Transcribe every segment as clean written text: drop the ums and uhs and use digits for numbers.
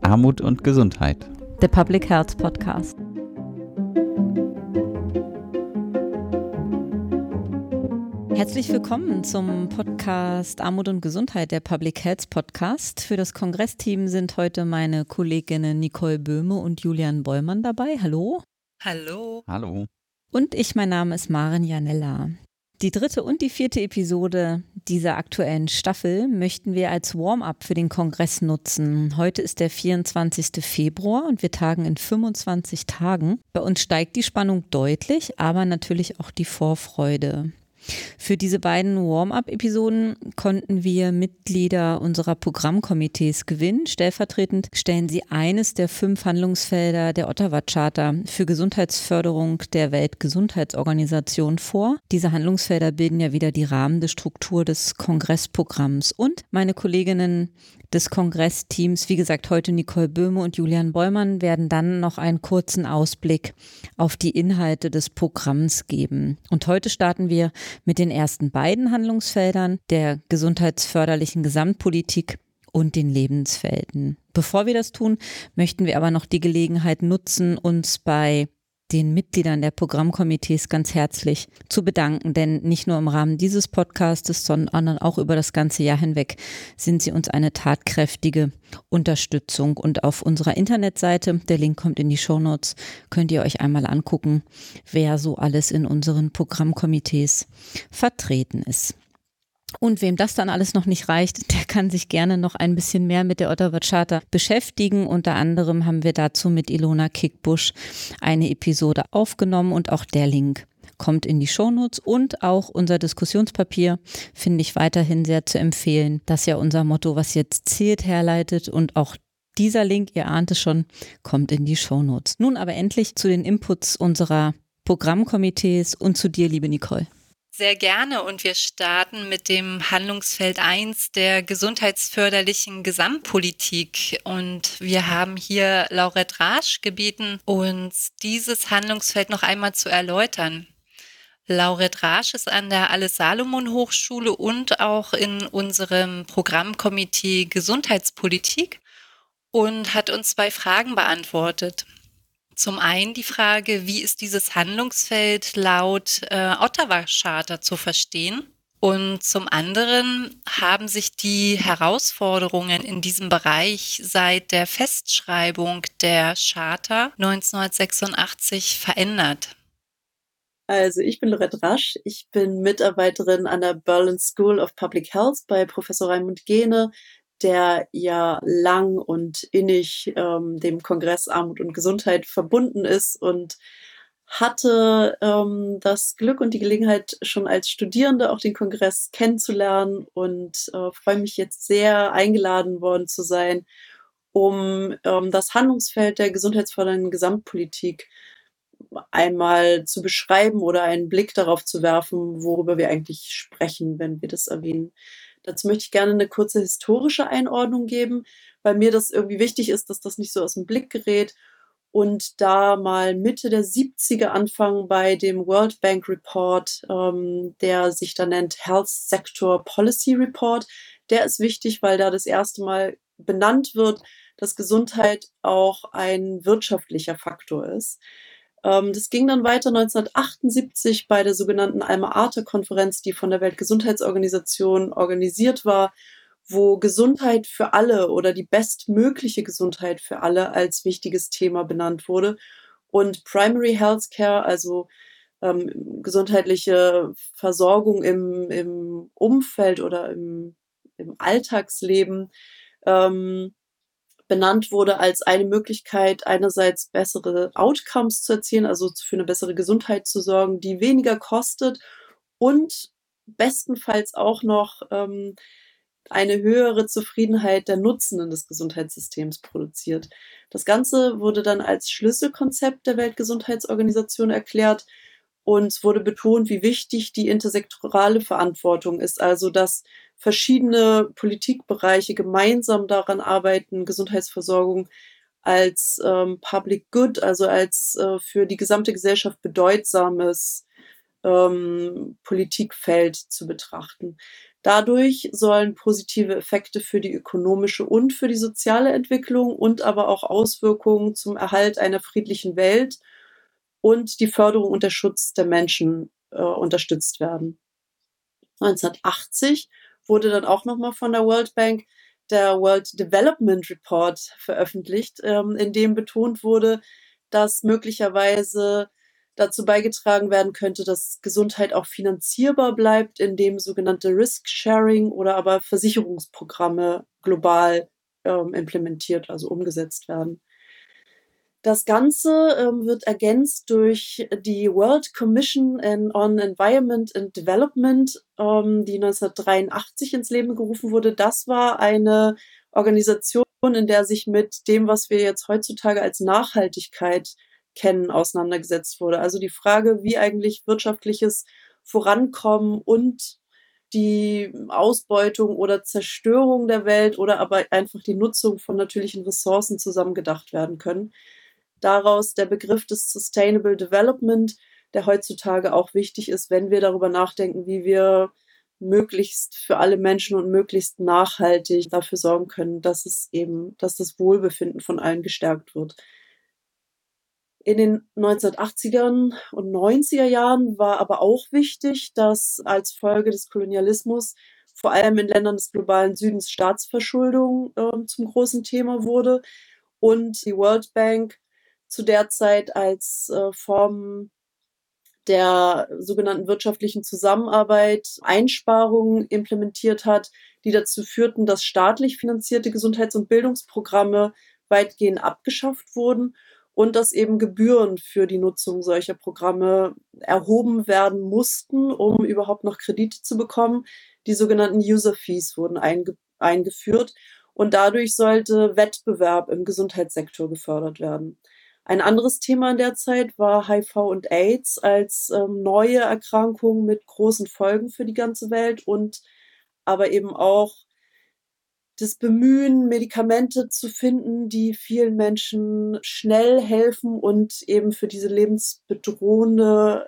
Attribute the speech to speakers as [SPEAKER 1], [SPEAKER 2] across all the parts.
[SPEAKER 1] Armut und Gesundheit.
[SPEAKER 2] Der Public Health Podcast. Herzlich willkommen zum Podcast Armut und Gesundheit, der Public Health Podcast. Für das Kongressteam sind heute meine Kolleginnen Nicole Böhme und Julian Bollmann dabei. Hallo.
[SPEAKER 3] Hallo.
[SPEAKER 1] Hallo.
[SPEAKER 2] Und mein Name ist Maren Janella. Die 3. und die 4. Episode dieser aktuellen Staffel möchten wir als Warm-up für den Kongress nutzen. Heute ist der 24. Februar und wir tagen in 25 Tagen. Bei uns steigt die Spannung deutlich, aber natürlich auch die Vorfreude. Für diese beiden Warm-up-Episoden konnten wir Mitglieder unserer Programmkomitees gewinnen. Stellvertretend stellen sie eines der 5 Handlungsfelder der Ottawa-Charta für Gesundheitsförderung der Weltgesundheitsorganisation vor. Diese Handlungsfelder bilden ja wieder die rahmende Struktur des Kongressprogramms. Und meine Kolleginnen des Kongressteams, wie gesagt, heute Nicole Böhme und Julian Bollmann, werden dann noch einen kurzen Ausblick auf die Inhalte des Programms geben. Und heute starten wir mit den ersten beiden Handlungsfeldern der gesundheitsförderlichen Gesamtpolitik und den Lebenswelten. Bevor wir das tun, möchten wir aber noch die Gelegenheit nutzen, uns bei den Mitgliedern der Programmkomitees ganz herzlich zu bedanken, denn nicht nur im Rahmen dieses Podcastes, sondern auch über das ganze Jahr hinweg sind sie uns eine tatkräftige Unterstützung. Und auf unserer Internetseite, der Link kommt in die Shownotes, könnt ihr euch einmal angucken, wer so alles in unseren Programmkomitees vertreten ist. Und wem das dann alles noch nicht reicht, der kann sich gerne noch ein bisschen mehr mit der Ottawa Charta beschäftigen. Unter anderem haben wir dazu mit Ilona Kickbusch eine Episode aufgenommen und auch der Link kommt in die Shownotes. Und auch unser Diskussionspapier finde ich weiterhin sehr zu empfehlen, das ja unser Motto, was jetzt zählt, herleitet. Und auch dieser Link, ihr ahnt es schon, kommt in die Shownotes. Nun aber endlich zu den Inputs unserer Programmkomitees und zu dir, liebe Nicole.
[SPEAKER 3] Sehr gerne, und wir starten mit dem Handlungsfeld 1 der gesundheitsförderlichen Gesamtpolitik. Und wir haben hier Laurette Rasch gebeten, uns dieses Handlungsfeld noch einmal zu erläutern. Laurette Rasch ist an der Alles-Salomon-Hochschule und auch in unserem Programmkomitee Gesundheitspolitik und hat uns 2 Fragen beantwortet. Zum einen die Frage, wie ist dieses Handlungsfeld laut Ottawa-Charta zu verstehen? Und zum anderen, haben sich die Herausforderungen in diesem Bereich seit der Festschreibung der Charta 1986 verändert?
[SPEAKER 4] Also ich bin Laurette Rasch, ich bin Mitarbeiterin an der Berlin School of Public Health bei Professor Raimund Gehne, der ja lang und innig dem Kongress Armut und Gesundheit verbunden ist, und hatte das Glück und die Gelegenheit, schon als Studierende auch den Kongress kennenzulernen, und freue mich jetzt sehr, eingeladen worden zu sein, um das Handlungsfeld der gesundheitsfördernden Gesamtpolitik einmal zu beschreiben oder einen Blick darauf zu werfen, worüber wir eigentlich sprechen, wenn wir das erwähnen. Dazu möchte ich gerne eine kurze historische Einordnung geben, weil mir das irgendwie wichtig ist, dass das nicht so aus dem Blick gerät, und da mal Mitte der 70er anfangen bei dem World Bank Report, der sich da nennt Health Sector Policy Report. Der ist wichtig, weil da das erste Mal benannt wird, dass Gesundheit auch ein wirtschaftlicher Faktor ist. Das ging dann weiter 1978 bei der sogenannten Alma-Ata-Konferenz, die von der Weltgesundheitsorganisation organisiert war, wo Gesundheit für alle oder die bestmögliche Gesundheit für alle als wichtiges Thema benannt wurde. Und Primary Healthcare, also gesundheitliche Versorgung im Umfeld oder im Alltagsleben, benannt wurde als eine Möglichkeit, einerseits bessere Outcomes zu erzielen, also für eine bessere Gesundheit zu sorgen, die weniger kostet und bestenfalls auch noch eine höhere Zufriedenheit der Nutzenden des Gesundheitssystems produziert. Das Ganze wurde dann als Schlüsselkonzept der Weltgesundheitsorganisation erklärt, und es wurde betont, wie wichtig die intersektorale Verantwortung ist, also dass verschiedene Politikbereiche gemeinsam daran arbeiten, Gesundheitsversorgung als Public Good, also als für die gesamte Gesellschaft bedeutsames Politikfeld zu betrachten. Dadurch sollen positive Effekte für die ökonomische und für die soziale Entwicklung und aber auch Auswirkungen zum Erhalt einer friedlichen Welt und die Förderung und der Schutz der Menschen unterstützt werden. 1980 wurde dann auch nochmal von der World Bank der World Development Report veröffentlicht, in dem betont wurde, dass möglicherweise dazu beigetragen werden könnte, dass Gesundheit auch finanzierbar bleibt, indem sogenannte Risk-Sharing oder aber Versicherungsprogramme global implementiert, also umgesetzt werden. Das Ganze wird ergänzt durch die World Commission on Environment and Development, die 1983 ins Leben gerufen wurde. Das war eine Organisation, in der sich mit dem, was wir jetzt heutzutage als Nachhaltigkeit kennen, auseinandergesetzt wurde. Also die Frage, wie eigentlich wirtschaftliches Vorankommen und die Ausbeutung oder Zerstörung der Welt oder aber einfach die Nutzung von natürlichen Ressourcen zusammengedacht werden können. Daraus der Begriff des Sustainable Development, der heutzutage auch wichtig ist, wenn wir darüber nachdenken, wie wir möglichst für alle Menschen und möglichst nachhaltig dafür sorgen können, dass das Wohlbefinden von allen gestärkt wird. In den 1980ern und 90er Jahren war aber auch wichtig, dass als Folge des Kolonialismus vor allem in Ländern des globalen Südens Staatsverschuldung zum großen Thema wurde und die World Bank zu der Zeit als Form der sogenannten wirtschaftlichen Zusammenarbeit Einsparungen implementiert hat, die dazu führten, dass staatlich finanzierte Gesundheits- und Bildungsprogramme weitgehend abgeschafft wurden und dass eben Gebühren für die Nutzung solcher Programme erhoben werden mussten, um überhaupt noch Kredite zu bekommen. Die sogenannten User Fees wurden eingeführt und dadurch sollte Wettbewerb im Gesundheitssektor gefördert werden. Ein anderes Thema in der Zeit war HIV und AIDS als neue Erkrankung mit großen Folgen für die ganze Welt und aber eben auch das Bemühen, Medikamente zu finden, die vielen Menschen schnell helfen und eben für dieses lebensbedrohende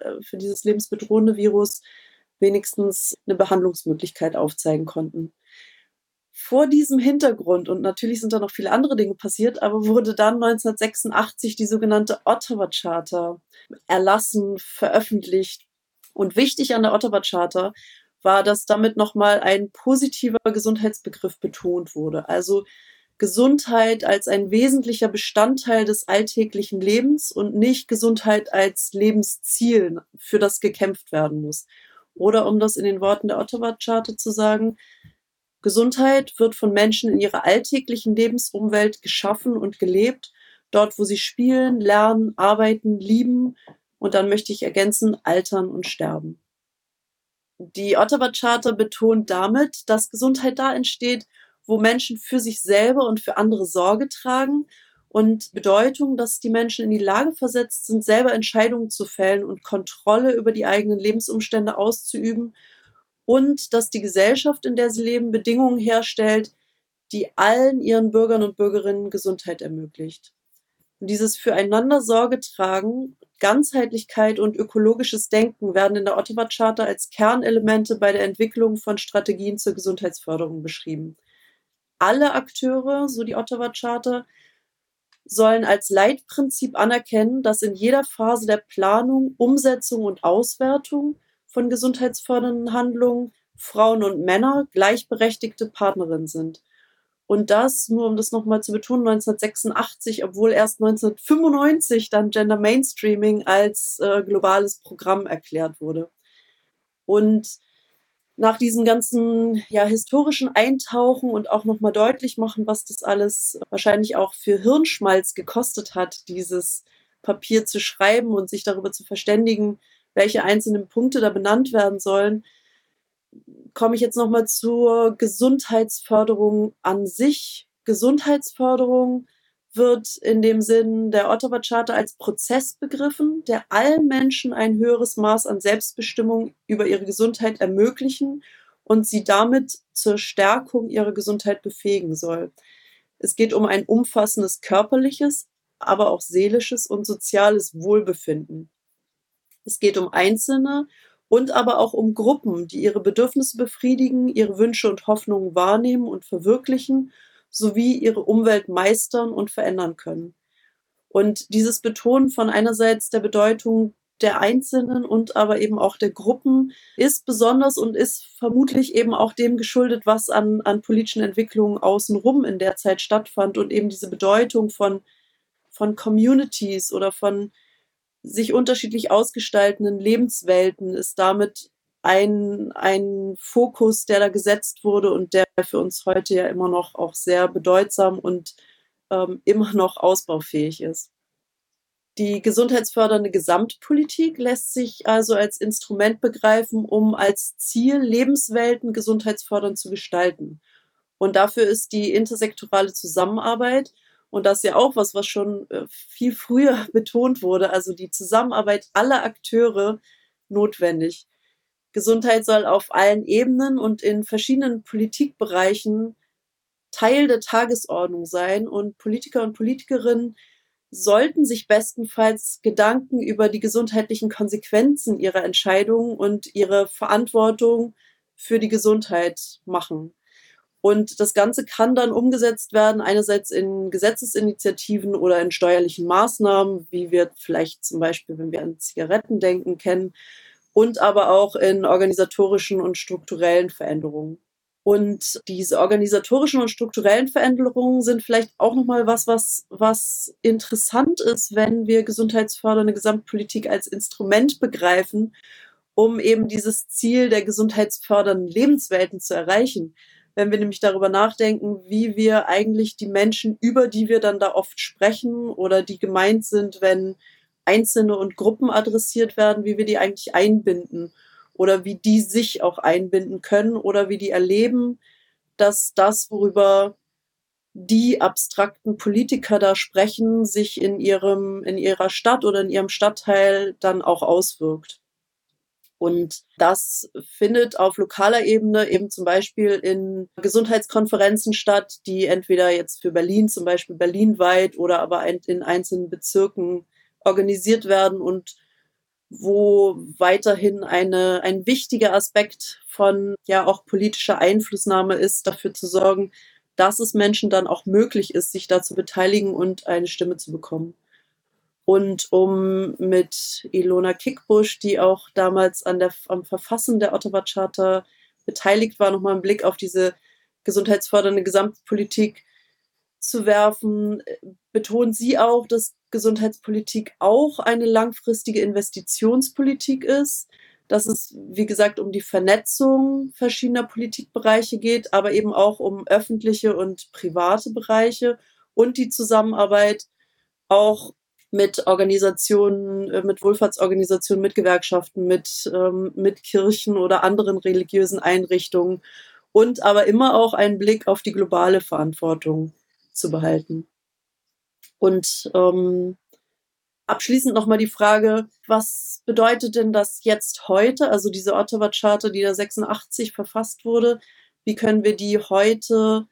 [SPEAKER 4] Virus wenigstens eine Behandlungsmöglichkeit aufzeigen konnten. Vor diesem Hintergrund, und natürlich sind da noch viele andere Dinge passiert, aber wurde dann 1986 die sogenannte Ottawa Charta erlassen, veröffentlicht. Und wichtig an der Ottawa Charta war, dass damit nochmal ein positiver Gesundheitsbegriff betont wurde. Also Gesundheit als ein wesentlicher Bestandteil des alltäglichen Lebens und nicht Gesundheit als Lebensziel, für das gekämpft werden muss. Oder um das in den Worten der Ottawa Charta zu sagen, Gesundheit wird von Menschen in ihrer alltäglichen Lebensumwelt geschaffen und gelebt, dort, wo sie spielen, lernen, arbeiten, lieben und dann möchte ich ergänzen, altern und sterben. Die Ottawa Charta betont damit, dass Gesundheit da entsteht, wo Menschen für sich selber und für andere Sorge tragen und Bedeutung, dass die Menschen in die Lage versetzt sind, selber Entscheidungen zu fällen und Kontrolle über die eigenen Lebensumstände auszuüben und dass die Gesellschaft, in der sie leben, Bedingungen herstellt, die allen ihren Bürgern und Bürgerinnen Gesundheit ermöglicht. Und dieses Füreinander Sorge tragen, Ganzheitlichkeit und ökologisches Denken werden in der Ottawa Charta als Kernelemente bei der Entwicklung von Strategien zur Gesundheitsförderung beschrieben. Alle Akteure, so die Ottawa Charta, sollen als Leitprinzip anerkennen, dass in jeder Phase der Planung, Umsetzung und Auswertung von gesundheitsfördernden Handlungen Frauen und Männer gleichberechtigte Partnerinnen sind. Und das, nur um das nochmal zu betonen, 1986, obwohl erst 1995 dann Gender Mainstreaming als globales Programm erklärt wurde. Und nach diesem ganzen historischen Eintauchen und auch nochmal deutlich machen, was das alles wahrscheinlich auch für Hirnschmalz gekostet hat, dieses Papier zu schreiben und sich darüber zu verständigen, welche einzelnen Punkte da benannt werden sollen, komme ich jetzt nochmal zur Gesundheitsförderung an sich. Gesundheitsförderung wird in dem Sinn der Ottawa Charta als Prozess begriffen, der allen Menschen ein höheres Maß an Selbstbestimmung über ihre Gesundheit ermöglichen und sie damit zur Stärkung ihrer Gesundheit befähigen soll. Es geht um ein umfassendes körperliches, aber auch seelisches und soziales Wohlbefinden. Es geht um Einzelne und aber auch um Gruppen, die ihre Bedürfnisse befriedigen, ihre Wünsche und Hoffnungen wahrnehmen und verwirklichen, sowie ihre Umwelt meistern und verändern können. Und dieses Betonen von einerseits der Bedeutung der Einzelnen und aber eben auch der Gruppen ist besonders und ist vermutlich eben auch dem geschuldet, was an politischen Entwicklungen außenrum in der Zeit stattfand und eben diese Bedeutung von Communities oder von sich unterschiedlich ausgestaltenden Lebenswelten ist damit ein Fokus, der da gesetzt wurde und der für uns heute ja immer noch auch sehr bedeutsam und immer noch ausbaufähig ist. Die gesundheitsfördernde Gesamtpolitik lässt sich also als Instrument begreifen, um als Ziel Lebenswelten gesundheitsfördernd zu gestalten. Und dafür ist die intersektorale Zusammenarbeit, und das ist ja auch was schon viel früher betont wurde, also die Zusammenarbeit aller Akteure notwendig. Gesundheit soll auf allen Ebenen und in verschiedenen Politikbereichen Teil der Tagesordnung sein und Politiker und Politikerinnen sollten sich bestenfalls Gedanken über die gesundheitlichen Konsequenzen ihrer Entscheidungen und ihre Verantwortung für die Gesundheit machen. Und das Ganze kann dann umgesetzt werden, einerseits in Gesetzesinitiativen oder in steuerlichen Maßnahmen, wie wir vielleicht zum Beispiel, wenn wir an Zigaretten denken, kennen, und aber auch in organisatorischen und strukturellen Veränderungen. Und diese organisatorischen und strukturellen Veränderungen sind vielleicht auch nochmal was interessant ist, wenn wir gesundheitsfördernde Gesamtpolitik als Instrument begreifen, um eben dieses Ziel der gesundheitsfördernden Lebenswelten zu erreichen. Wenn wir nämlich darüber nachdenken, wie wir eigentlich die Menschen, über die wir dann da oft sprechen oder die gemeint sind, wenn Einzelne und Gruppen adressiert werden, wie wir die eigentlich einbinden oder wie die sich auch einbinden können oder wie die erleben, dass das, worüber die abstrakten Politiker da sprechen, sich in ihrer Stadt oder in ihrem Stadtteil dann auch auswirkt. Und das findet auf lokaler Ebene eben zum Beispiel in Gesundheitskonferenzen statt, die entweder jetzt für Berlin, zum Beispiel berlinweit oder aber in einzelnen Bezirken organisiert werden und wo weiterhin ein wichtiger Aspekt von ja auch politischer Einflussnahme ist, dafür zu sorgen, dass es Menschen dann auch möglich ist, sich da zu beteiligen und eine Stimme zu bekommen. Und um mit Ilona Kickbusch, die auch damals am Verfassen der Ottawa Charta beteiligt war, nochmal einen Blick auf diese gesundheitsfördernde Gesamtpolitik zu werfen, betont sie auch, dass Gesundheitspolitik auch eine langfristige Investitionspolitik ist, dass es, wie gesagt, um die Vernetzung verschiedener Politikbereiche geht, aber eben auch um öffentliche und private Bereiche und die Zusammenarbeit auch mit Organisationen, mit Wohlfahrtsorganisationen, mit Gewerkschaften, mit Kirchen oder anderen religiösen Einrichtungen und aber immer auch einen Blick auf die globale Verantwortung zu behalten. Und abschließend nochmal die Frage, was bedeutet denn das jetzt heute, also diese Ottawa Charta, die da 86 verfasst wurde, wie können wir die heute,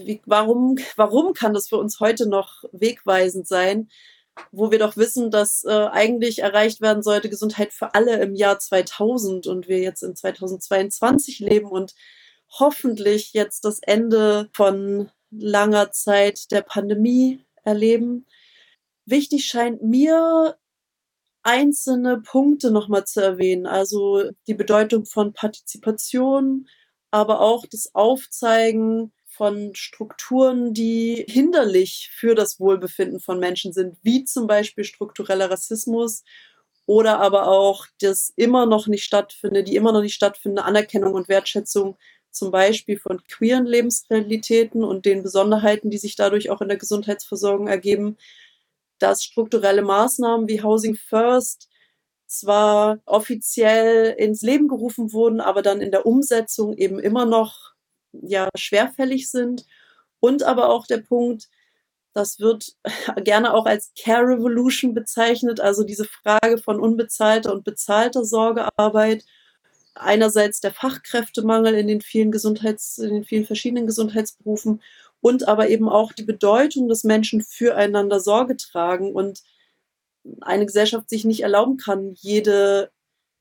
[SPEAKER 4] warum kann das für uns heute noch wegweisend sein, wo wir doch wissen, dass eigentlich erreicht werden sollte Gesundheit für alle im Jahr 2000 und wir jetzt in 2022 leben und hoffentlich jetzt das Ende von langer Zeit der Pandemie erleben. Wichtig scheint mir, einzelne Punkte nochmal zu erwähnen, also die Bedeutung von Partizipation, aber auch das Aufzeigen von Strukturen, die hinderlich für das Wohlbefinden von Menschen sind, wie zum Beispiel struktureller Rassismus oder aber auch die immer noch nicht stattfindende Anerkennung und Wertschätzung zum Beispiel von queeren Lebensrealitäten und den Besonderheiten, die sich dadurch auch in der Gesundheitsversorgung ergeben, dass strukturelle Maßnahmen wie Housing First zwar offiziell ins Leben gerufen wurden, aber dann in der Umsetzung eben immer noch ja schwerfällig sind. Und aber auch der Punkt, das wird gerne auch als Care Revolution bezeichnet, also diese Frage von unbezahlter und bezahlter Sorgearbeit. Einerseits der Fachkräftemangel in den vielen verschiedenen Gesundheitsberufen und aber eben auch die Bedeutung, dass Menschen füreinander Sorge tragen und eine Gesellschaft sich nicht erlauben kann, jede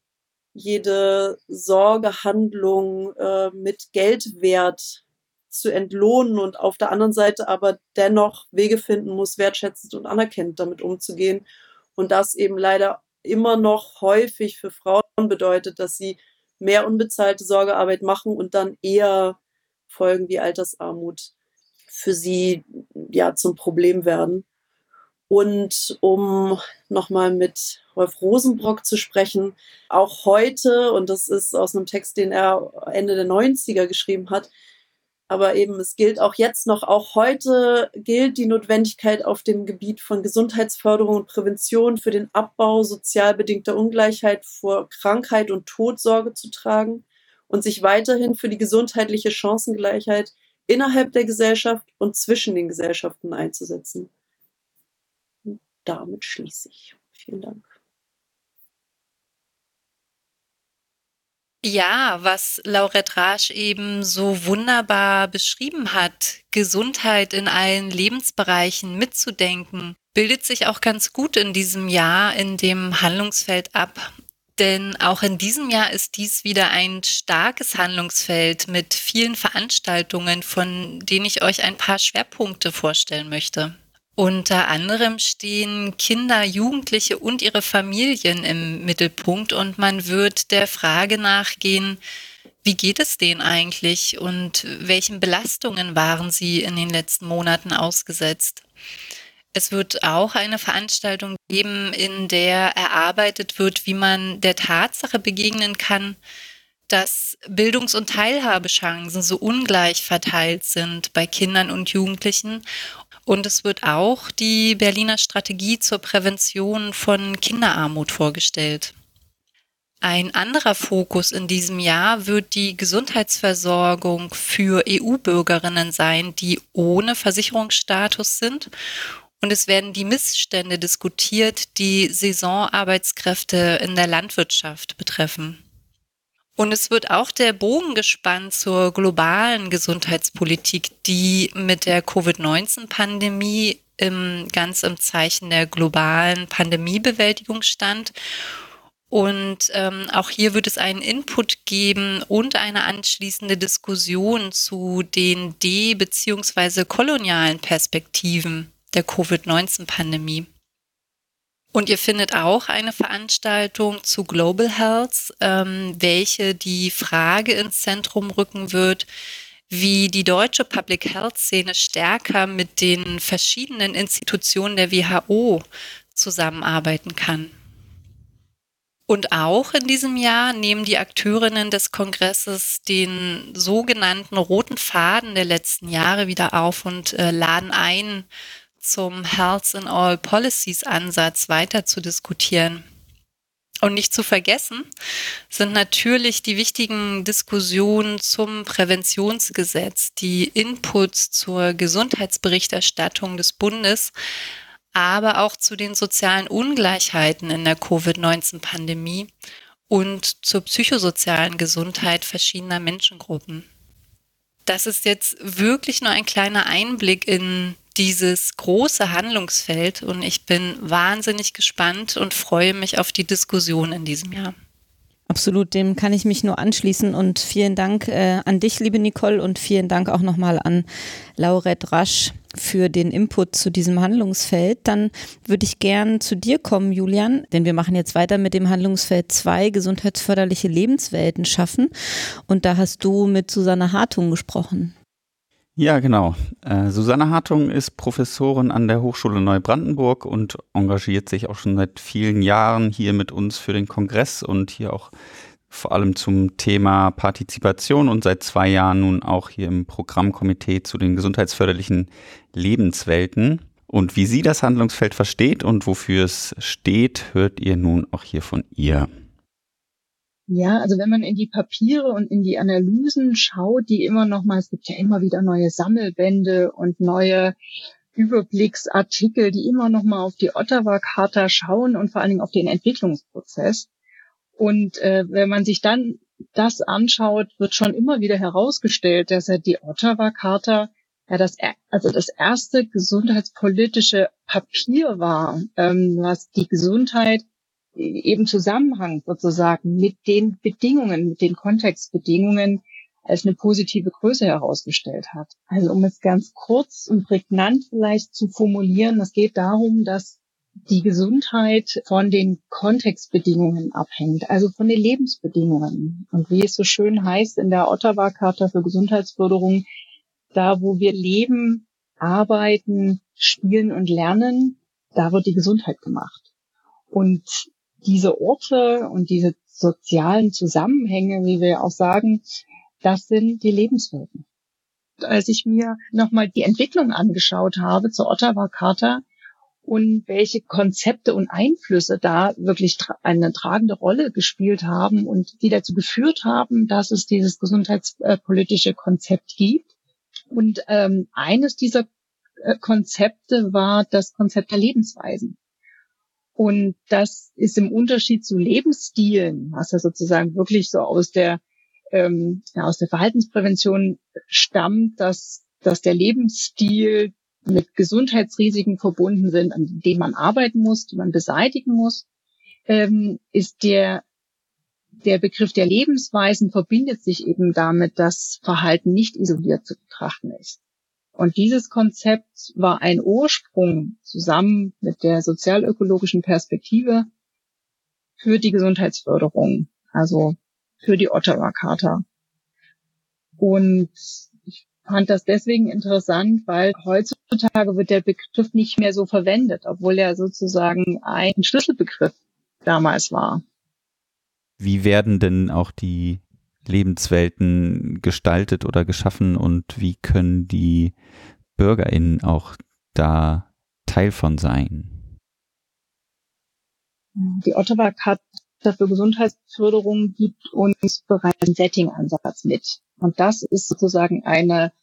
[SPEAKER 4] jede Sorgehandlung mit Geldwert zu entlohnen und auf der anderen Seite aber dennoch Wege finden muss, wertschätzend und anerkennend damit umzugehen. Und das eben leider immer noch häufig für Frauen bedeutet, dass sie mehr unbezahlte Sorgearbeit machen und dann eher Folgen wie Altersarmut für sie ja zum Problem werden. Und um nochmal mit Rolf Rosenbrock zu sprechen, auch heute, und das ist aus einem Text, den er Ende der 90er geschrieben hat, aber eben es gilt auch jetzt noch, auch heute gilt die Notwendigkeit auf dem Gebiet von Gesundheitsförderung und Prävention für den Abbau sozial bedingter Ungleichheit vor Krankheit und Tod Sorge zu tragen und sich weiterhin für die gesundheitliche Chancengleichheit innerhalb der Gesellschaft und zwischen den Gesellschaften einzusetzen. Und damit schließe ich. Vielen Dank.
[SPEAKER 3] Ja, was Laurette Rasch eben so wunderbar beschrieben hat, Gesundheit in allen Lebensbereichen mitzudenken, bildet sich auch ganz gut in diesem Jahr in dem Handlungsfeld ab. Denn auch in diesem Jahr ist dies wieder ein starkes Handlungsfeld mit vielen Veranstaltungen, von denen ich euch ein paar Schwerpunkte vorstellen möchte. Unter anderem stehen Kinder, Jugendliche und ihre Familien im Mittelpunkt und man wird der Frage nachgehen, wie geht es denen eigentlich und welchen Belastungen waren sie in den letzten Monaten ausgesetzt? Es wird auch eine Veranstaltung geben, in der erarbeitet wird, wie man der Tatsache begegnen kann, dass Bildungs- und Teilhabechancen so ungleich verteilt sind bei Kindern und Jugendlichen. Und es wird auch die Berliner Strategie zur Prävention von Kinderarmut vorgestellt. Ein anderer Fokus in diesem Jahr wird die Gesundheitsversorgung für EU-Bürgerinnen sein, die ohne Versicherungsstatus sind. Und es werden die Missstände diskutiert, die Saisonarbeitskräfte in der Landwirtschaft betreffen. Und es wird auch der Bogen gespannt zur globalen Gesundheitspolitik, die mit der Covid-19-Pandemie ganz im Zeichen der globalen Pandemiebewältigung stand. Und auch hier wird es einen Input geben und eine anschließende Diskussion zu den bzw. kolonialen Perspektiven der Covid-19-Pandemie. Und ihr findet auch eine Veranstaltung zu Global Health, welche die Frage ins Zentrum rücken wird, wie die deutsche Public Health Szene stärker mit den verschiedenen Institutionen der WHO zusammenarbeiten kann. Und auch in diesem Jahr nehmen die Akteurinnen des Kongresses den sogenannten roten Faden der letzten Jahre wieder auf und laden ein, zum Health in All Policies Ansatz weiter zu diskutieren. Und nicht zu vergessen sind natürlich die wichtigen Diskussionen zum Präventionsgesetz, die Inputs zur Gesundheitsberichterstattung des Bundes, aber auch zu den sozialen Ungleichheiten in der Covid-19-Pandemie und zur psychosozialen Gesundheit verschiedener Menschengruppen. Das ist jetzt wirklich nur ein kleiner Einblick in dieses große Handlungsfeld und ich bin wahnsinnig gespannt und freue mich auf die Diskussion in diesem Jahr.
[SPEAKER 2] Absolut, dem kann ich mich nur anschließen und vielen Dank an dich, liebe Nicole, und vielen Dank auch nochmal an Laurette Rasch für den Input zu diesem Handlungsfeld. Dann würde ich gern zu dir kommen, Julian, denn wir machen jetzt weiter mit dem Handlungsfeld 2, gesundheitsförderliche Lebenswelten schaffen, und da hast du mit Susanne Hartung gesprochen.
[SPEAKER 1] Ja, genau. Susanne Hartung ist Professorin an der Hochschule Neubrandenburg und engagiert sich auch schon seit vielen Jahren hier mit uns für den Kongress und hier auch vor allem zum Thema Partizipation und seit 2 Jahren nun auch hier im Programmkomitee zu den gesundheitsförderlichen Lebenswelten. Und wie sie das Handlungsfeld versteht und wofür es steht, hört ihr nun auch hier von ihr.
[SPEAKER 5] Ja, also wenn man in die Papiere und in die Analysen schaut, die immer noch mal, es gibt ja immer wieder neue Sammelbände und neue Überblicksartikel, die immer noch mal auf die Ottawa-Charta schauen und vor allen Dingen auf den Entwicklungsprozess. Und wenn man sich dann das anschaut, wird schon immer wieder herausgestellt, dass ja die Ottawa-Charta ja das erste gesundheitspolitische Papier war, was die Gesundheit eben Zusammenhang sozusagen mit den Bedingungen, mit den Kontextbedingungen als eine positive Größe herausgestellt hat. Also um es ganz kurz und prägnant vielleicht zu formulieren, es geht darum, dass die Gesundheit von den Kontextbedingungen abhängt, also von den Lebensbedingungen. Und wie es so schön heißt in der Ottawa-Charta für Gesundheitsförderung, da wo wir leben, arbeiten, spielen und lernen, da wird die Gesundheit gemacht. Und diese Orte und diese sozialen Zusammenhänge, wie wir auch sagen, das sind die Lebenswelten. Als ich mir nochmal die Entwicklung angeschaut habe zur Ottawa-Charta und welche Konzepte und Einflüsse da wirklich eine tragende Rolle gespielt haben und die dazu geführt haben, dass es dieses gesundheitspolitische Konzept gibt. Und eines dieser Konzepte war das Konzept der Lebensweisen. Und das ist im Unterschied zu Lebensstilen, was ja sozusagen wirklich so aus der Verhaltensprävention stammt, dass der Lebensstil mit Gesundheitsrisiken verbunden sind, an denen man arbeiten muss, die man beseitigen muss, ist der Begriff der Lebensweisen verbindet sich eben damit, dass Verhalten nicht isoliert zu betrachten ist. Und dieses Konzept war ein Ursprung zusammen mit der sozialökologischen Perspektive für die Gesundheitsförderung, also für die Ottawa-Charta. Und ich fand das deswegen interessant, weil heutzutage wird der Begriff nicht mehr so verwendet, obwohl er sozusagen ein Schlüsselbegriff damals war.
[SPEAKER 1] Wie werden denn auch die Lebenswelten gestaltet oder geschaffen und wie können die BürgerInnen auch da Teil von sein?
[SPEAKER 5] Die Ottawa-Charta für Gesundheitsförderung gibt uns bereits einen Setting-Ansatz mit. Und das ist sozusagen ein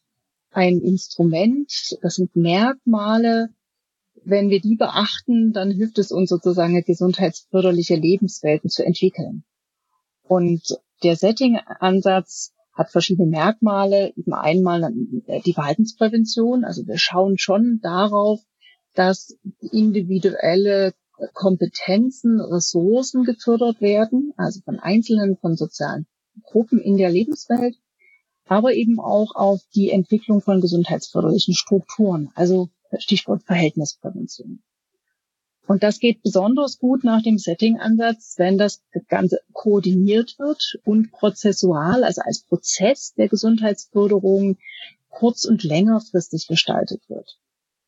[SPEAKER 5] Instrument, das sind Merkmale. Wenn wir die beachten, dann hilft es uns sozusagen, gesundheitsförderliche Lebenswelten zu entwickeln. Und der Setting-Ansatz hat verschiedene Merkmale. Eben einmal die Verhaltensprävention. Also wir schauen schon darauf, dass individuelle Kompetenzen, Ressourcen gefördert werden, also von Einzelnen, von sozialen Gruppen in der Lebenswelt, aber eben auch auf die Entwicklung von gesundheitsförderlichen Strukturen, also Stichwort Verhältnisprävention. Und das geht besonders gut nach dem Setting-Ansatz, wenn das Ganze koordiniert wird und prozessual, also als Prozess der Gesundheitsförderung kurz- und längerfristig gestaltet wird.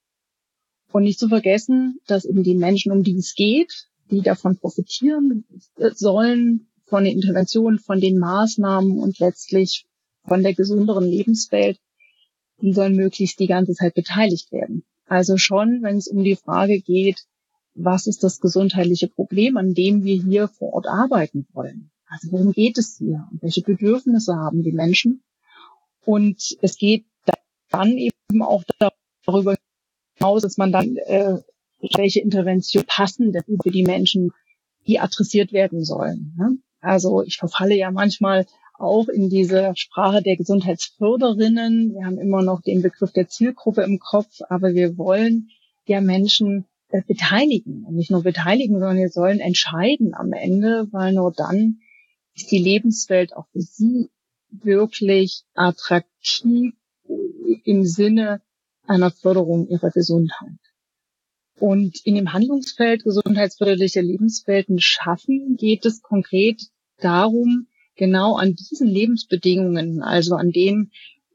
[SPEAKER 5] Und nicht zu vergessen, dass eben die Menschen, um die es geht, die davon profitieren sollen, von den Interventionen, von den Maßnahmen und letztlich von der gesünderen Lebenswelt, die sollen möglichst die ganze Zeit beteiligt werden. Also schon, wenn es um die Frage geht, was ist das gesundheitliche Problem, an dem wir hier vor Ort arbeiten wollen? Also worum geht es hier? Und welche Bedürfnisse haben die Menschen? Und es geht dann eben auch darüber hinaus, dass man dann welche Intervention passend für die Menschen, die adressiert werden sollen. Ne? Also ich verfalle ja manchmal auch in diese Sprache der Gesundheitsförderinnen. Wir haben immer noch den Begriff der Zielgruppe im Kopf, aber wir wollen ja Menschen beteiligen. Und nicht nur beteiligen, sondern wir sollen entscheiden am Ende, weil nur dann ist die Lebenswelt auch für sie wirklich attraktiv im Sinne einer Förderung ihrer Gesundheit. Und in dem Handlungsfeld gesundheitsförderliche Lebenswelten schaffen geht es konkret darum, genau an diesen Lebensbedingungen, also an den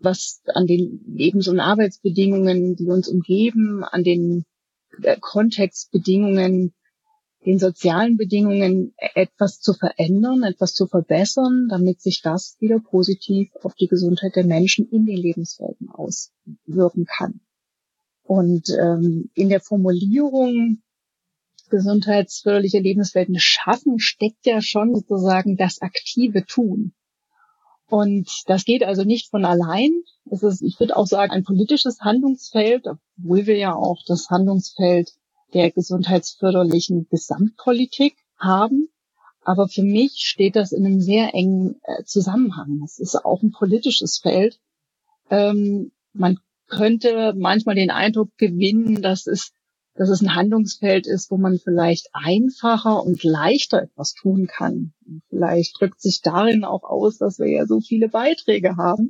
[SPEAKER 5] Lebens- und Arbeitsbedingungen, die uns umgeben, an den Kontextbedingungen, den sozialen Bedingungen etwas zu verändern, etwas zu verbessern, damit sich das wieder positiv auf die Gesundheit der Menschen in den Lebenswelten auswirken kann. Und in der Formulierung gesundheitsförderliche Lebenswelten schaffen steckt ja schon sozusagen das aktive Tun. Und das geht also nicht von allein. Es ist, ich würde auch sagen, ein politisches Handlungsfeld, obwohl wir ja auch das Handlungsfeld der gesundheitsförderlichen Gesamtpolitik haben. Aber für mich steht das in einem sehr engen Zusammenhang. Es ist auch ein politisches Feld. Man könnte manchmal den Eindruck gewinnen, dass es dass es ein Handlungsfeld ist, wo man vielleicht einfacher und leichter etwas tun kann. Und vielleicht drückt sich darin auch aus, dass wir ja so viele Beiträge haben.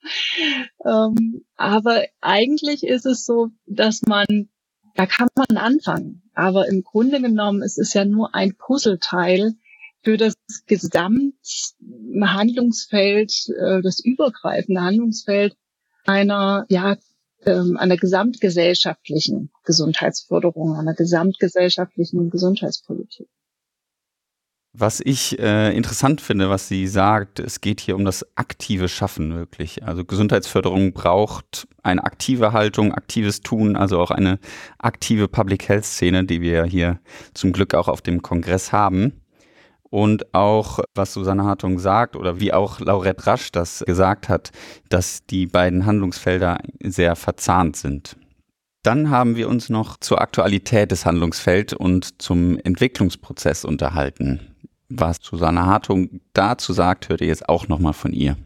[SPEAKER 5] Aber eigentlich ist es so, dass da kann man anfangen. Aber im Grunde genommen ist es ja nur ein Puzzleteil für das Gesamthandlungsfeld, das übergreifende Handlungsfeld einer gesamtgesellschaftlichen Gesundheitsförderung, einer gesamtgesellschaftlichen Gesundheitspolitik.
[SPEAKER 1] Was ich interessant finde, was sie sagt, es geht hier um das aktive Schaffen wirklich. Also Gesundheitsförderung braucht eine aktive Haltung, aktives Tun, also auch eine aktive Public Health Szene, die wir hier zum Glück auch auf dem Kongress haben. Und auch, was Susanne Hartung sagt oder wie auch Laurette Rasch das gesagt hat, dass die beiden Handlungsfelder sehr verzahnt sind. Dann haben wir uns noch zur Aktualität des Handlungsfelds und zum Entwicklungsprozess unterhalten. Was Susanne Hartung dazu sagt, hört ihr jetzt auch nochmal von ihr.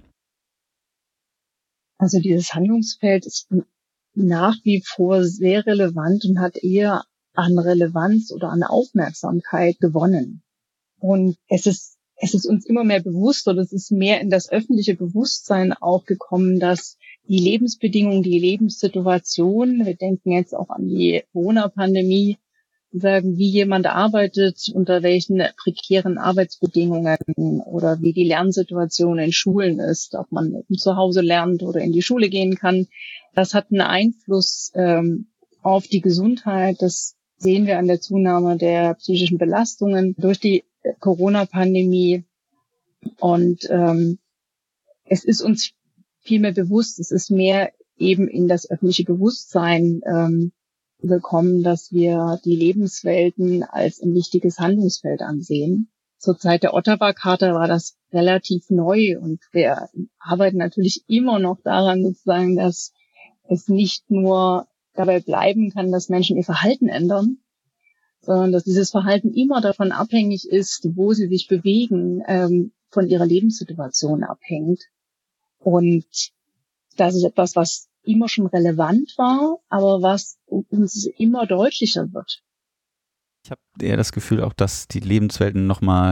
[SPEAKER 5] Also dieses Handlungsfeld ist nach wie vor sehr relevant und hat eher an Relevanz oder an Aufmerksamkeit gewonnen. Und es ist uns immer mehr bewusst, oder es ist mehr in das öffentliche Bewusstsein auch gekommen, dass die Lebensbedingungen, die Lebenssituation, wir denken jetzt auch an die Corona-Pandemie, sagen, wie jemand arbeitet, unter welchen prekären Arbeitsbedingungen oder wie die Lernsituation in Schulen ist, ob man zu Hause lernt oder in die Schule gehen kann. Das hat einen Einfluss auf die Gesundheit. Das sehen wir an der Zunahme der psychischen Belastungen durch die Corona-Pandemie. Und es ist uns viel mehr bewusst, es ist mehr eben in das öffentliche Bewusstsein gekommen, dass wir die Lebenswelten als ein wichtiges Handlungsfeld ansehen. Zur Zeit der Ottawa-Charta war das relativ neu und wir arbeiten natürlich immer noch daran, sozusagen, dass es nicht nur dabei bleiben kann, dass Menschen ihr Verhalten ändern, sondern dass dieses Verhalten immer davon abhängig ist, wo sie sich bewegen, von ihrer Lebenssituation abhängt. Und das ist etwas, was immer schon relevant war, aber was uns immer deutlicher wird.
[SPEAKER 1] Ich habe eher das Gefühl auch, dass die Lebenswelten nochmal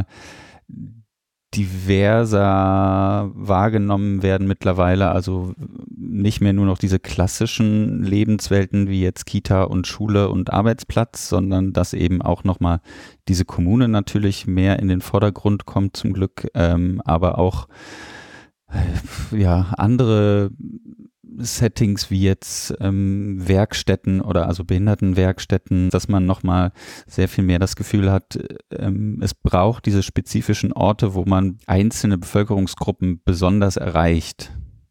[SPEAKER 1] diverser wahrgenommen werden mittlerweile, also nicht mehr nur noch diese klassischen Lebenswelten wie jetzt Kita und Schule und Arbeitsplatz, sondern dass eben auch nochmal diese Kommune natürlich mehr in den Vordergrund kommt zum Glück, aber auch andere Settings wie jetzt Werkstätten oder also Behindertenwerkstätten, dass man nochmal sehr viel mehr das Gefühl hat, es braucht diese spezifischen Orte, wo man einzelne Bevölkerungsgruppen besonders erreicht.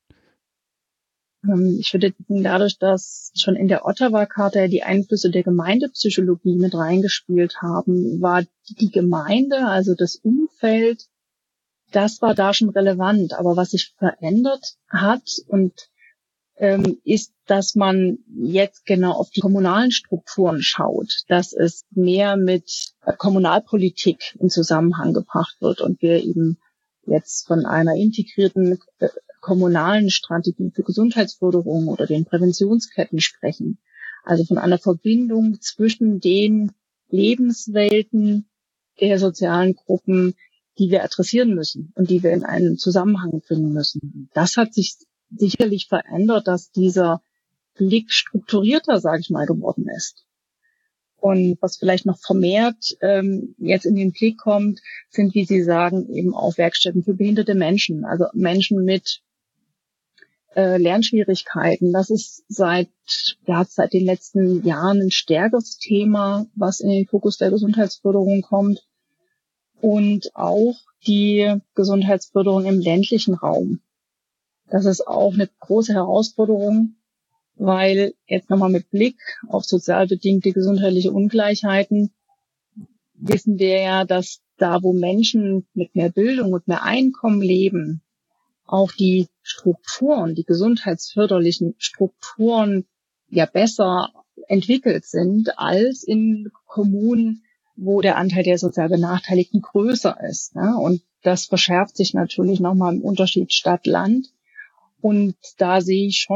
[SPEAKER 5] Ich würde dadurch, dass schon in der Ottawa-Charta die Einflüsse der Gemeindepsychologie mit reingespielt haben, war die Gemeinde, also das Umfeld, das war da schon relevant. Aber was sich verändert hat und ist, dass man jetzt genau auf die kommunalen Strukturen schaut, dass es mehr mit Kommunalpolitik in Zusammenhang gebracht wird und wir eben jetzt von einer integrierten kommunalen Strategie für Gesundheitsförderung oder den Präventionsketten sprechen. Also von einer Verbindung zwischen den Lebenswelten der sozialen Gruppen, die wir adressieren müssen und die wir in einen Zusammenhang bringen müssen. Das hat sich sicherlich verändert, dass dieser Blick strukturierter, sage ich mal, geworden ist. Und was vielleicht noch vermehrt jetzt in den Blick kommt, sind, wie Sie sagen, eben auch Werkstätten für behinderte Menschen, also Menschen mit Lernschwierigkeiten. Das ist seit den letzten Jahren ein stärkeres Thema, was in den Fokus der Gesundheitsförderung kommt. Und auch die Gesundheitsförderung im ländlichen Raum. Das ist auch eine große Herausforderung, weil jetzt nochmal mit Blick auf sozial bedingte gesundheitliche Ungleichheiten wissen wir ja, dass da, wo Menschen mit mehr Bildung und mehr Einkommen leben, auch die Strukturen, die gesundheitsförderlichen Strukturen ja besser entwickelt sind als in Kommunen, wo der Anteil der sozial Benachteiligten größer ist. Ne? Und das verschärft sich natürlich nochmal im Unterschied Stadt-Land. Und da sehe ich schon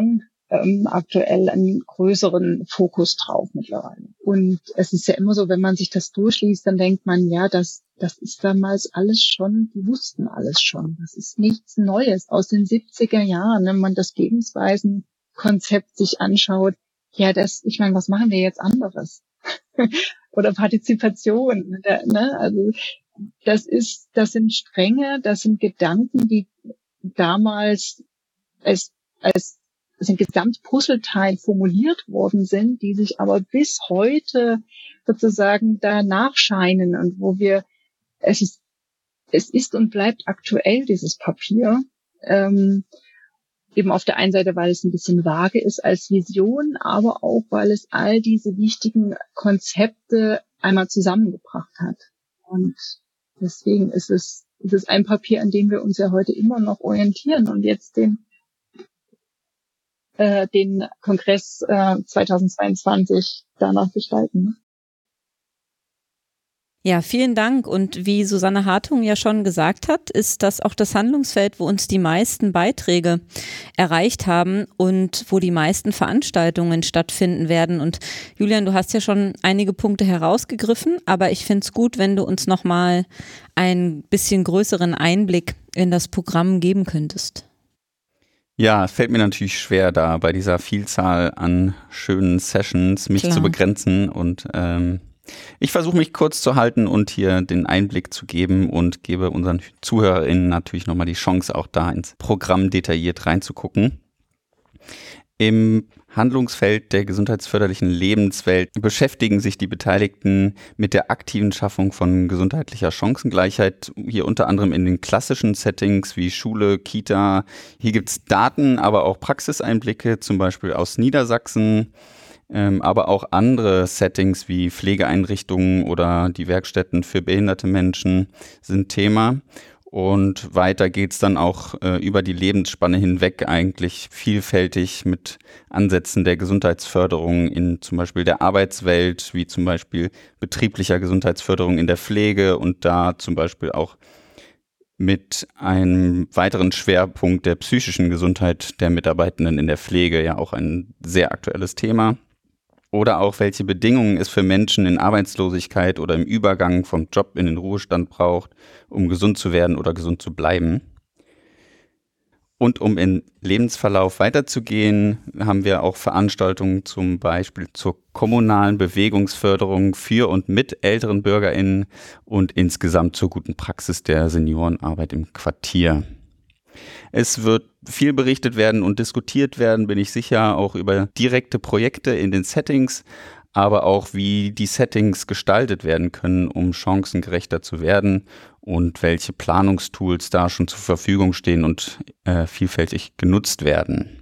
[SPEAKER 5] aktuell einen größeren Fokus drauf mittlerweile. Und es ist ja immer so, wenn man sich das durchliest, dann denkt man, ja, das ist damals alles schon, die wussten alles schon. Das ist nichts Neues aus den 70er Jahren, wenn man das Lebensweisenkonzept sich anschaut. Ja, ich meine, was machen wir jetzt anderes? Oder Partizipation, ne? Also das sind Stränge, das sind Gedanken, die damals als ein Gesamtpuzzleteil formuliert worden sind, die sich aber bis heute sozusagen da nachscheinen und wo es ist und bleibt aktuell, dieses Papier. Eben auf der einen Seite, weil es ein bisschen vage ist als Vision, aber auch, weil es all diese wichtigen Konzepte einmal zusammengebracht hat. Und deswegen ist es ein Papier, an dem wir uns ja heute immer noch orientieren und jetzt den Kongress 2022 danach gestalten.
[SPEAKER 2] Ja, vielen Dank. Und wie Susanne Hartung ja schon gesagt hat, ist das auch das Handlungsfeld, wo uns die meisten Beiträge erreicht haben und wo die meisten Veranstaltungen stattfinden werden. Und Julian, du hast ja schon einige Punkte herausgegriffen, aber ich finde es gut, wenn du uns nochmal ein bisschen größeren Einblick in das Programm geben könntest.
[SPEAKER 1] Ja, es fällt mir natürlich schwer, da bei dieser Vielzahl an schönen Sessions mich zu begrenzen und ich versuche mich kurz zu halten und hier den Einblick zu geben und gebe unseren ZuhörerInnen natürlich nochmal die Chance, auch da ins Programm detailliert reinzugucken. Im Handlungsfeld der gesundheitsförderlichen Lebenswelt beschäftigen sich die Beteiligten mit der aktiven Schaffung von gesundheitlicher Chancengleichheit, hier unter anderem in den klassischen Settings wie Schule, Kita. Hier gibt es Daten, aber auch Praxiseinblicke, zum Beispiel aus Niedersachsen. Aber auch andere Settings wie Pflegeeinrichtungen oder die Werkstätten für behinderte Menschen sind Thema. Und weiter geht's dann auch über die Lebensspanne hinweg eigentlich vielfältig mit Ansätzen der Gesundheitsförderung in zum Beispiel der Arbeitswelt, wie zum Beispiel betrieblicher Gesundheitsförderung in der Pflege und da zum Beispiel auch mit einem weiteren Schwerpunkt der psychischen Gesundheit der Mitarbeitenden in der Pflege, ja auch ein sehr aktuelles Thema. Oder auch, welche Bedingungen es für Menschen in Arbeitslosigkeit oder im Übergang vom Job in den Ruhestand braucht, um gesund zu werden oder gesund zu bleiben. Und um im Lebensverlauf weiterzugehen, haben wir auch Veranstaltungen zum Beispiel zur kommunalen Bewegungsförderung für und mit älteren BürgerInnen und insgesamt zur guten Praxis der Seniorenarbeit im Quartier. Es wird viel berichtet werden und diskutiert werden, bin ich sicher, auch über direkte Projekte in den Settings, aber auch wie die Settings gestaltet werden können, um chancengerechter zu werden und welche Planungstools da schon zur Verfügung stehen und vielfältig genutzt werden.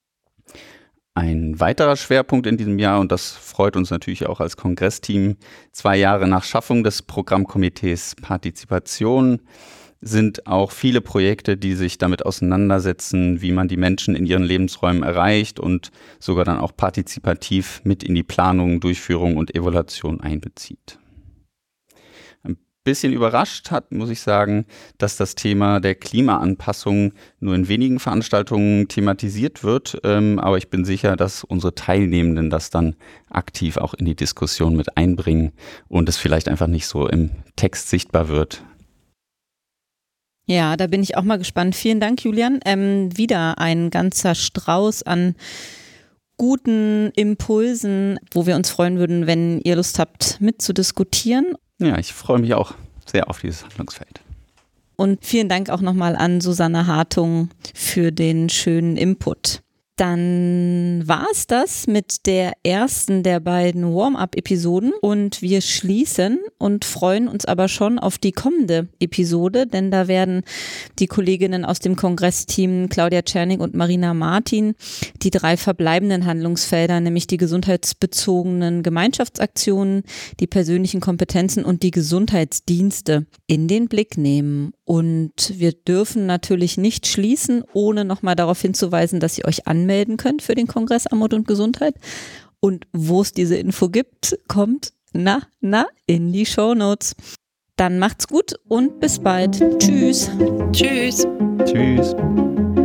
[SPEAKER 1] Ein weiterer Schwerpunkt in diesem Jahr, und das freut uns natürlich auch als Kongressteam, 2 Jahre nach Schaffung des Programmkomitees Partizipation, sind auch viele Projekte, die sich damit auseinandersetzen, wie man die Menschen in ihren Lebensräumen erreicht und sogar dann auch partizipativ mit in die Planung, Durchführung und Evaluation einbezieht. Ein bisschen überrascht hat, muss ich sagen, dass das Thema der Klimaanpassung nur in wenigen Veranstaltungen thematisiert wird, aber ich bin sicher, dass unsere Teilnehmenden das dann aktiv auch in die Diskussion mit einbringen und es vielleicht einfach nicht so im Text sichtbar wird.
[SPEAKER 2] Ja, da bin ich auch mal gespannt. Vielen Dank, Julian. Wieder ein ganzer Strauß an guten Impulsen, wo wir uns freuen würden, wenn ihr Lust habt, mitzudiskutieren.
[SPEAKER 1] Ja, ich freue mich auch sehr auf dieses Handlungsfeld.
[SPEAKER 2] Und vielen Dank auch nochmal an Susanne Hartung für den schönen Input. Dann war es das mit der ersten der beiden Warm-up-Episoden und wir schließen und freuen uns aber schon auf die kommende Episode, denn da werden die Kolleginnen aus dem Kongressteam Claudia Czernik und Marina Martin die 3 verbleibenden Handlungsfelder, nämlich die gesundheitsbezogenen Gemeinschaftsaktionen, die persönlichen Kompetenzen und die Gesundheitsdienste in den Blick nehmen. Und wir dürfen natürlich nicht schließen, ohne nochmal darauf hinzuweisen, dass ihr euch anmelden könnt für den Kongress Armut und Gesundheit. Und wo es diese Info gibt, kommt in die Shownotes. Dann macht's gut und bis bald. Tschüss.
[SPEAKER 3] Tschüss.
[SPEAKER 1] Tschüss.